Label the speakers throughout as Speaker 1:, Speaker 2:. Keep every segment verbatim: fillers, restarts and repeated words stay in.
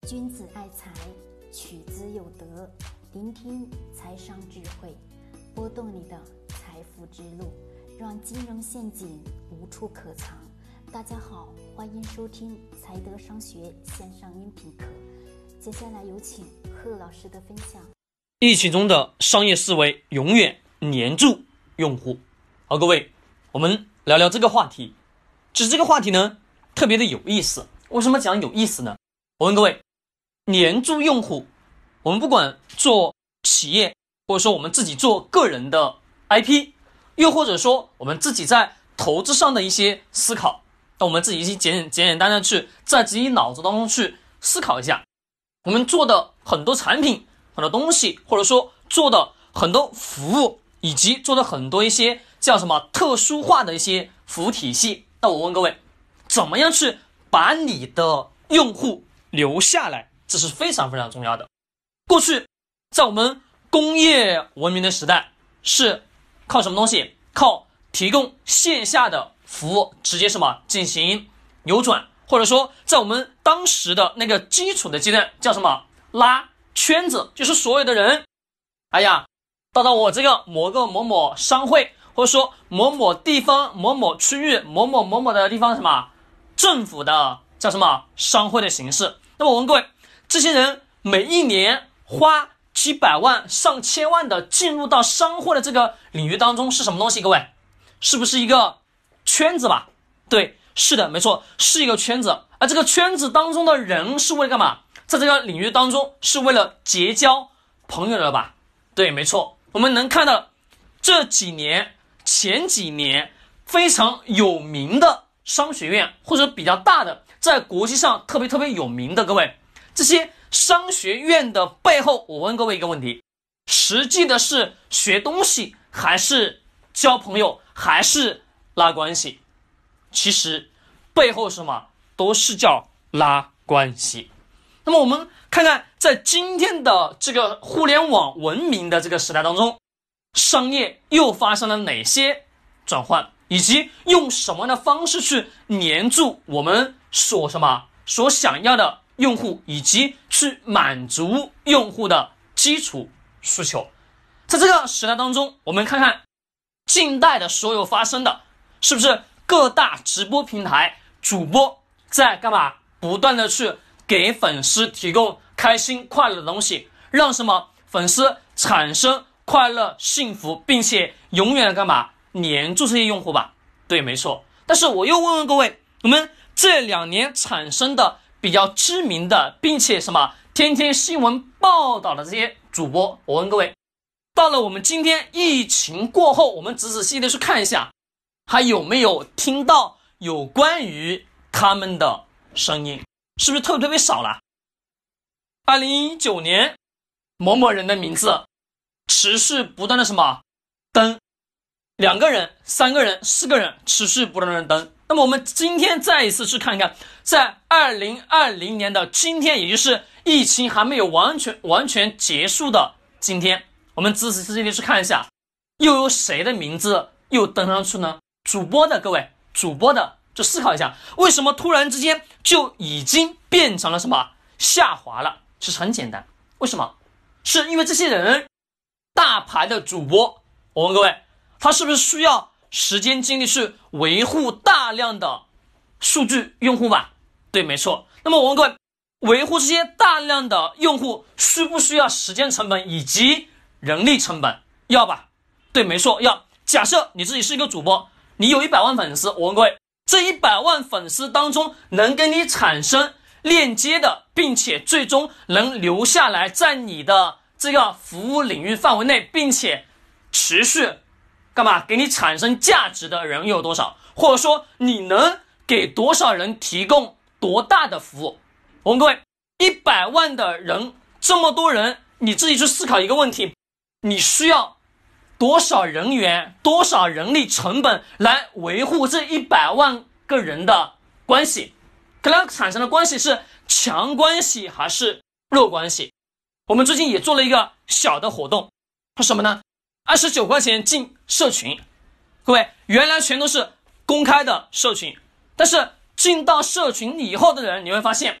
Speaker 1: 君子爱财，取之有德。聆听财商智慧，拨动你的财富之路，让金融陷阱无处可藏。大家好，欢迎收听财德商学线上音频课。接下来有请贺老师的分享。
Speaker 2: 疫情中的商业思维永远黏住用户。好，各位，我们聊聊这个话题。其实这个话题呢，特别的有意思。为什么讲有意思呢？我问各位，黏住用户，我们不管做企业，或者说我们自己做个人的 I P， 又或者说我们自己在投资上的一些思考，那我们自己简简简单的去在自己脑子当中去思考一下，我们做的很多产品、很多东西，或者说做的很多服务，以及做的很多一些叫什么特殊化的一些服务体系，那我问各位，怎么样去把你的用户留下来？这是非常非常重要的。过去在我们工业文明的时代，是靠什么东西？靠提供线下的服务直接什么进行扭转，或者说在我们当时的那个基础的阶段叫什么拉圈子，就是所有的人，哎呀，到到我这个某个某某商会，或者说某某地方某某区域某某某某的地方什么政府的叫什么商会的形式。那么我问各位，这些人每一年花几百万上千万的进入到商会的这个领域当中是什么东西？各位，是不是一个圈子吧？对，是的，没错，是一个圈子。而这个圈子当中的人是为了干嘛？在这个领域当中是为了结交朋友的吧？对，没错。我们能看到这几年前几年非常有名的商学院，或者比较大的在国际上特别特别有名的，各位，这些商学院的背后，我问各位一个问题，实际的是学东西，还是交朋友，还是拉关系？其实背后是什么？都是叫拉关系。那么我们看看在今天的这个互联网文明的这个时代当中，商业又发生了哪些转换，以及用什么样的方式去黏住我们所什么所想要的用户，以及去满足用户的基础需求。在这个时代当中，我们看看近代的所有发生的，是不是各大直播平台主播在干嘛？不断的去给粉丝提供开心快乐的东西，让什么粉丝产生快乐幸福，并且永远的干嘛？黏住这些用户吧。对，没错。但是我又问问各位，我们这两年产生的比较知名的，并且什么天天新闻报道的这些主播，我问各位，到了我们今天疫情过后，我们仔仔细细的去看一下，还有没有听到有关于他们的声音？是不是特别特别少了？二零一九年某某人的名字持续不断的什么登，两个人、三个人、四个人持续不断的登。那么我们今天再一次去看看，在二零二零年的今天，也就是疫情还没有完全完全结束的今天，我们仔仔细细的去看一下，又有谁的名字又登上去呢？主播的，各位，主播的，就思考一下，为什么突然之间就已经变成了什么下滑了？其实很简单，为什么？是因为这些人大牌的主播，我问各位，他是不是需要时间精力去维护大量的数据用户吧？对，没错。那么我问各位，维护这些大量的用户需不需要时间成本以及人力成本？要吧？对，没错，要。假设你自己是一个主播，你有一百万粉丝，我问各位，这一百万粉丝当中能跟你产生链接的，并且最终能留下来在你的这个服务领域范围内，并且持续干嘛给你产生价值的人有多少？或者说你能给多少人提供多大的服务？我问各位，一百万的人，这么多人，你自己去思考一个问题，你需要多少人员、多少人力成本来维护这一百万个人的关系？可能产生的关系是强关系还是弱关系？我们最近也做了一个小的活动，是什么呢？二十九块钱进社群。各位，原来全都是公开的社群，但是进到社群以后的人，你会发现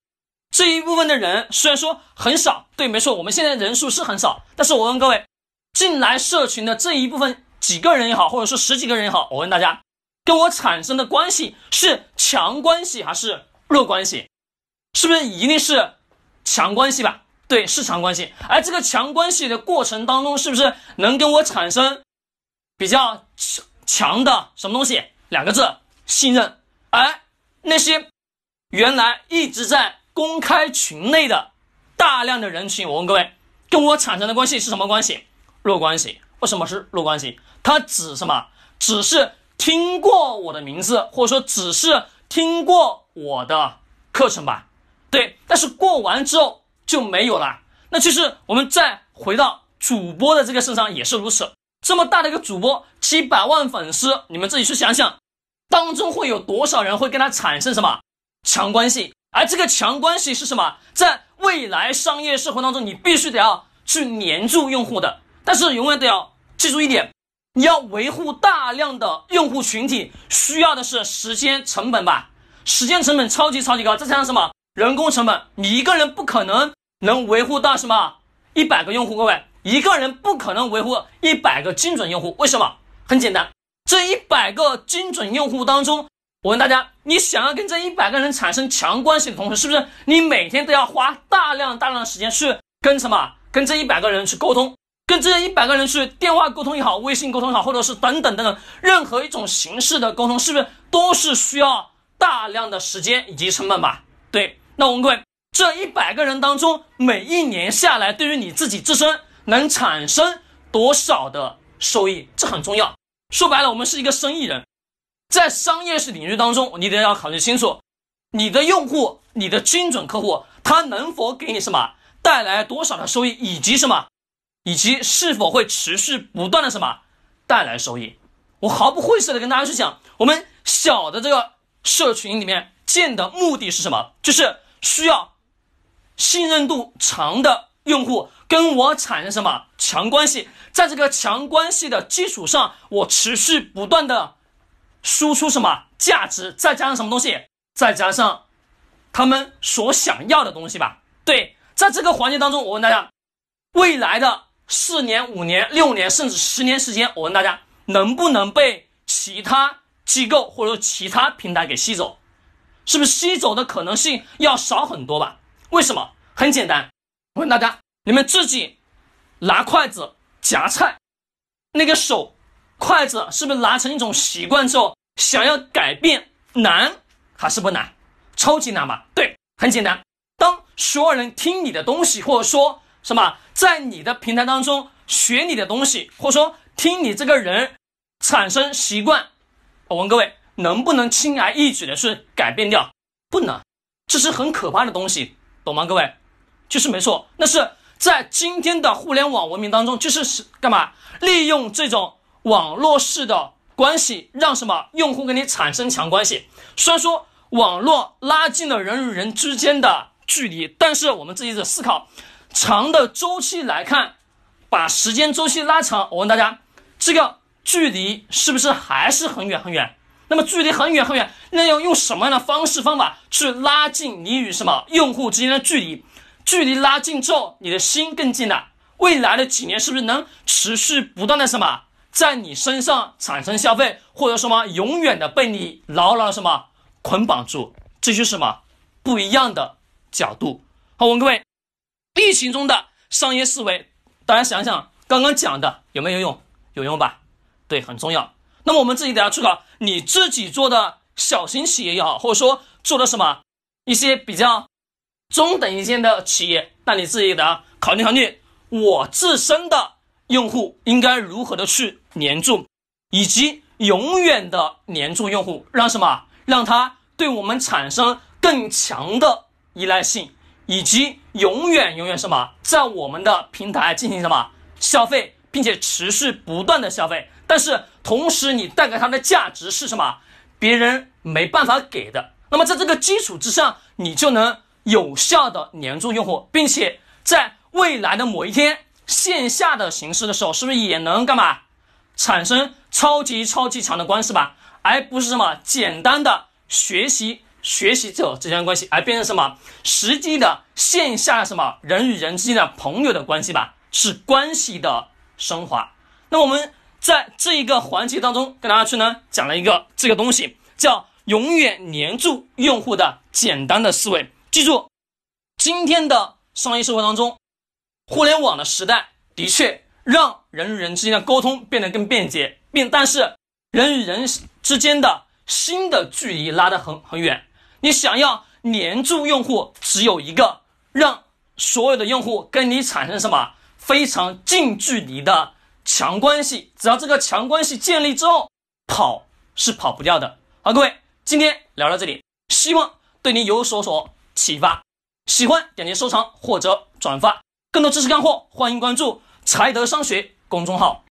Speaker 2: 这一部分的人虽然说很少，对，没错，我们现在人数是很少，但是我问各位，进来社群的这一部分几个人也好，或者说十几个人也好，我问大家，跟我产生的关系是强关系还是弱关系？是不是一定是强关系吧？对，是强关系。而这个强关系的过程当中，是不是能跟我产生比较强的什么东西？两个字，信任。而那些原来一直在公开群内的大量的人群，我问各位，跟我产生的关系是什么关系？弱关系。为什么是弱关系？它指什么？只是听过我的名字，或者说只是听过我的课程吧。对，但是过完之后就没有了。那其实我们再回到主播的这个身上也是如此。这么大的一个主播，几百万粉丝，你们自己去想想，当中会有多少人会跟他产生什么强关系？而这个强关系是什么？在未来商业社会当中，你必须得要去黏住用户的。但是永远得要记住一点，你要维护大量的用户群体，需要的是时间成本吧？时间成本超级超级高，再加上什么人工成本，你一个人不可能能维护到什么一百个用户，各位，一个人不可能维护一百个精准用户。为什么？很简单，这一百个精准用户当中，我问大家，你想要跟这一百个人产生强关系的同时，是不是你每天都要花大量大量的时间去跟什么跟这一百个人去沟通，跟这一百个人去电话沟通也好，微信沟通也好，或者是等等等等任何一种形式的沟通，是不是都是需要大量的时间以及成本吧？对，那我们各位，这一百个人当中，每一年下来，对于你自己自身能产生多少的收益，这很重要。说白了，我们是一个生意人，在商业领域当中，你得要考虑清楚，你的用户，你的精准客户，他能否给你什么带来多少的收益，以及什么，以及是否会持续不断的什么带来收益。我毫不晦涩的跟大家去讲，我们小的这个社群里面建的目的是什么？就是需要信任度长的用户跟我产生什么强关系，在这个强关系的基础上，我持续不断的输出什么价值，再加上什么东西，再加上他们所想要的东西吧。对，在这个环节当中，我问大家，未来的四年、五年、六年甚至十年时间，我问大家能不能被其他机构或者其他平台给吸走？是不是吸走的可能性要少很多吧？为什么？很简单，我问大家，你们自己拿筷子夹菜，那个手筷子是不是拿成一种习惯之后，想要改变难还是不难？超级难吧？对，很简单。当所有人听你的东西，或者说什么在你的平台当中学你的东西，或者说听你这个人产生习惯，我问各位，能不能轻而易举的去改变掉？不能，这是很可怕的东西，懂吗？各位，就是没错，那是在今天的互联网文明当中，就是干嘛？利用这种网络式的关系，让什么用户跟你产生强关系。虽然说网络拉近了人与人之间的距离，但是我们自己的思考，长的周期来看，把时间周期拉长，我问大家，这个距离是不是还是很远很远？那么距离很远很远，那要用什么样的方式方法去拉近你与什么用户之间的距离？距离拉近之后，你的心更近了。未来的几年是不是能持续不断的什么在你身上产生消费，或者什么永远的被你牢牢的什么捆绑住？这就是什么不一样的角度。好，我问各位，疫情中的商业思维，大家想想刚刚讲的有没有用？有用吧？对，很重要。那么我们自己得要去搞，你自己做的小型企业也好，或者说做的什么一些比较中等一些的企业，那你自己得要考虑考虑，我自身的用户应该如何的去黏住，以及永远的黏住用户，让什么让他对我们产生更强的依赖性，以及永远永远什么在我们的平台进行什么消费，并且持续不断的消费。但是同时你带给他的价值是什么？别人没办法给的。那么在这个基础之上，你就能有效的黏住用户，并且在未来的某一天线下的形式的时候，是不是也能干嘛产生超级超级强的关系吧？而不是什么简单的学习学习者之间的关系，而变成什么实际的线下的什么人与人之间的朋友的关系吧，是关系的升华。那我们在这一个环节当中跟大家去呢讲了一个这个东西，叫永远黏住用户的简单的思维。记住，今天的商业社会当中，互联网的时代的确让人与人之间的沟通变得更便捷，并但是人与人之间的心的距离拉得很很远。你想要黏住用户，只有一个，让所有的用户跟你产生什么非常近距离的强关系。只要这个强关系建立之后，跑是跑不掉的。好，各位，今天聊到这里，希望对你有所所启发。喜欢点击收藏或者转发，更多知识干货，欢迎关注财德商学公众号。